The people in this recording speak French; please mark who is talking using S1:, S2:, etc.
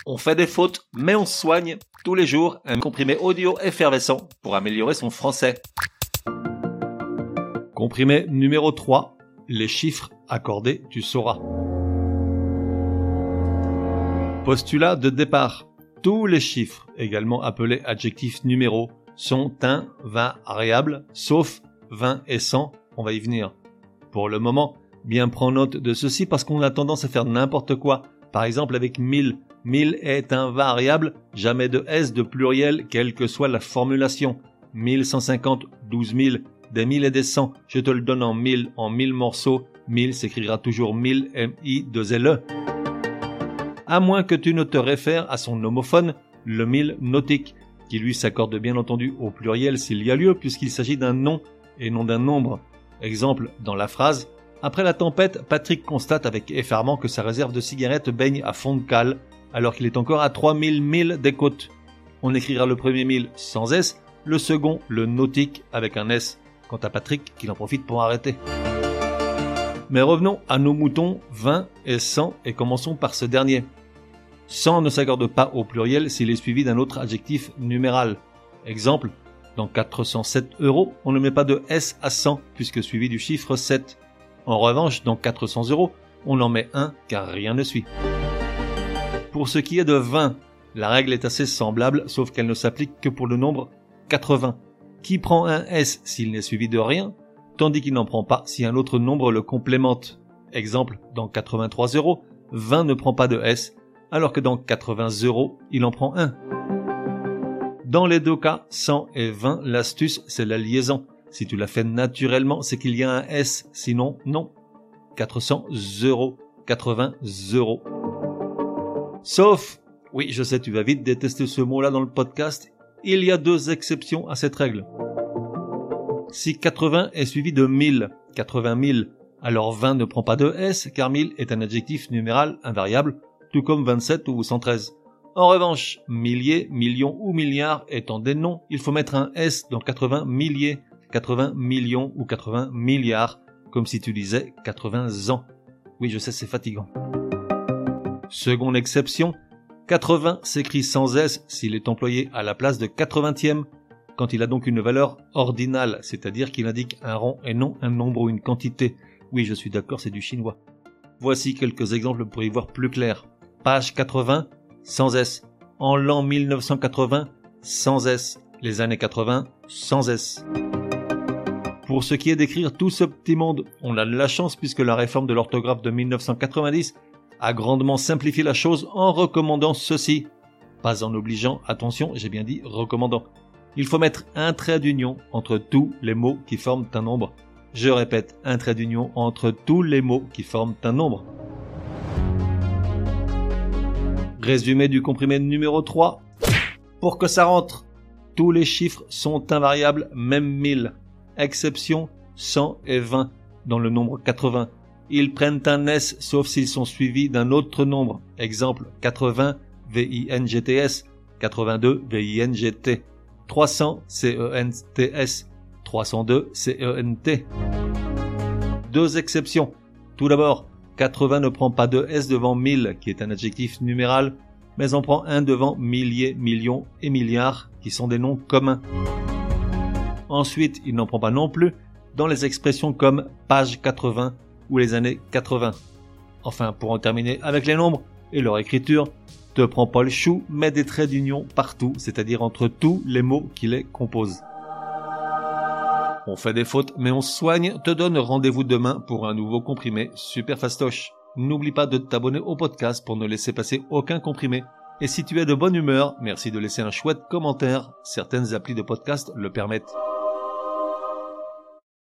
S1: On fait des fautes, mais on soigne tous les jours un comprimé audio effervescent pour améliorer son français. Comprimé numéro 3. Les chiffres accordés, tu sauras. Postulat de départ. Tous les chiffres, également appelés adjectifs numéros, sont invariables, sauf 20 et 100, on va y venir. Pour le moment, bien prends note de ceci parce qu'on a tendance à faire n'importe quoi. Par exemple avec 1000. 1000 est invariable, jamais de S de pluriel, quelle que soit la formulation. 1150, 12 000, des 1000 et des 100, je te le donne en 1000 morceaux. 1000 s'écrira toujours 1000, M-I-2-L-E. À moins que tu ne te réfères à son homophone, le 1000 nautique, qui lui s'accorde bien entendu au pluriel s'il y a lieu, puisqu'il s'agit d'un nom et non d'un nombre. Exemple, dans la phrase « Après la tempête, Patrick constate avec effarement que sa réserve de cigarettes baigne à fond de cale, alors qu'il est encore à 3000 milles des côtes. » On écrira le premier 1000 sans S, le second, le nautique, avec un S. Quant à Patrick, qu'il en profite pour arrêter. Mais revenons à nos moutons 20 et 100 et commençons par ce dernier. 100 ne s'accorde pas au pluriel s'il est suivi d'un autre adjectif numéral. Exemple, dans 407 €, on ne met pas de S à 100 puisque suivi du chiffre 7. En revanche, dans 400 €, on en met un car rien ne suit. Pour ce qui est de 20, la règle est assez semblable sauf qu'elle ne s'applique que pour le nombre 80, qui prend un S s'il n'est suivi de rien, tandis qu'il n'en prend pas si un autre nombre le complémente. Exemple, dans 83 €, 20 ne prend pas de S, alors que dans 80 €, il en prend un. Dans les deux cas, 100 et 20, l'astuce, c'est la liaison. Si tu la fais naturellement, c'est qu'il y a un S, sinon, non. 400 €, 80 €. Sauf, oui, je sais, tu vas vite détester ce mot-là dans le podcast, il y a deux exceptions à cette règle. Si 80 est suivi de 1000, 80 000, alors 20 ne prend pas de S, car 1000 est un adjectif numéral invariable, tout comme 27 ou 113. En revanche, milliers, millions ou milliards étant des noms, il faut mettre un S dans 80 milliers, 80 millions ou 80 milliards, comme si tu disais 80 ans. Oui, je sais, c'est fatigant. Seconde exception, 80 s'écrit sans S s'il est employé à la place de 80e, quand il a donc une valeur ordinale, c'est-à-dire qu'il indique un rang et non un nombre ou une quantité. Oui, je suis d'accord, c'est du chinois. Voici quelques exemples pour y voir plus clair. Page 80, sans S. En l'an 1980, sans S. Les années 80, sans S. Pour ce qui est d'écrire tout ce petit monde, on a de la chance puisque la réforme de l'orthographe de 1990 a grandement simplifié la chose en recommandant ceci. Pas en obligeant, attention, j'ai bien dit recommandant. Il faut mettre un trait d'union entre tous les mots qui forment un nombre. Je répète, un trait d'union entre tous les mots qui forment un nombre. Résumé du comprimé numéro 3. Pour que ça rentre, tous les chiffres sont invariables, même 1000. Exception 100 et 20 dans le nombre 80. Ils prennent un S sauf s'ils sont suivis d'un autre nombre. Exemple 80 VINGTS, 82 VINGT, 300 CENTS, 302 CENT. Deux exceptions. Tout d'abord, 80 ne prend pas de S devant 1000 qui est un adjectif numéral, mais en prend un devant milliers, millions et milliards qui sont des noms communs. Ensuite, il n'en prend pas non plus dans les expressions comme page 80 ou les années 80. Enfin, pour en terminer avec les nombres et leur écriture, te prends pas le chou, mets des traits d'union partout, c'est-à-dire entre tous les mots qui les composent. On fait des fautes, mais on se soigne, te donne rendez-vous demain pour un nouveau comprimé super fastoche. N'oublie pas de t'abonner au podcast pour ne laisser passer aucun comprimé. Et si tu es de bonne humeur, merci de laisser un chouette commentaire, certaines applis de podcast le permettent.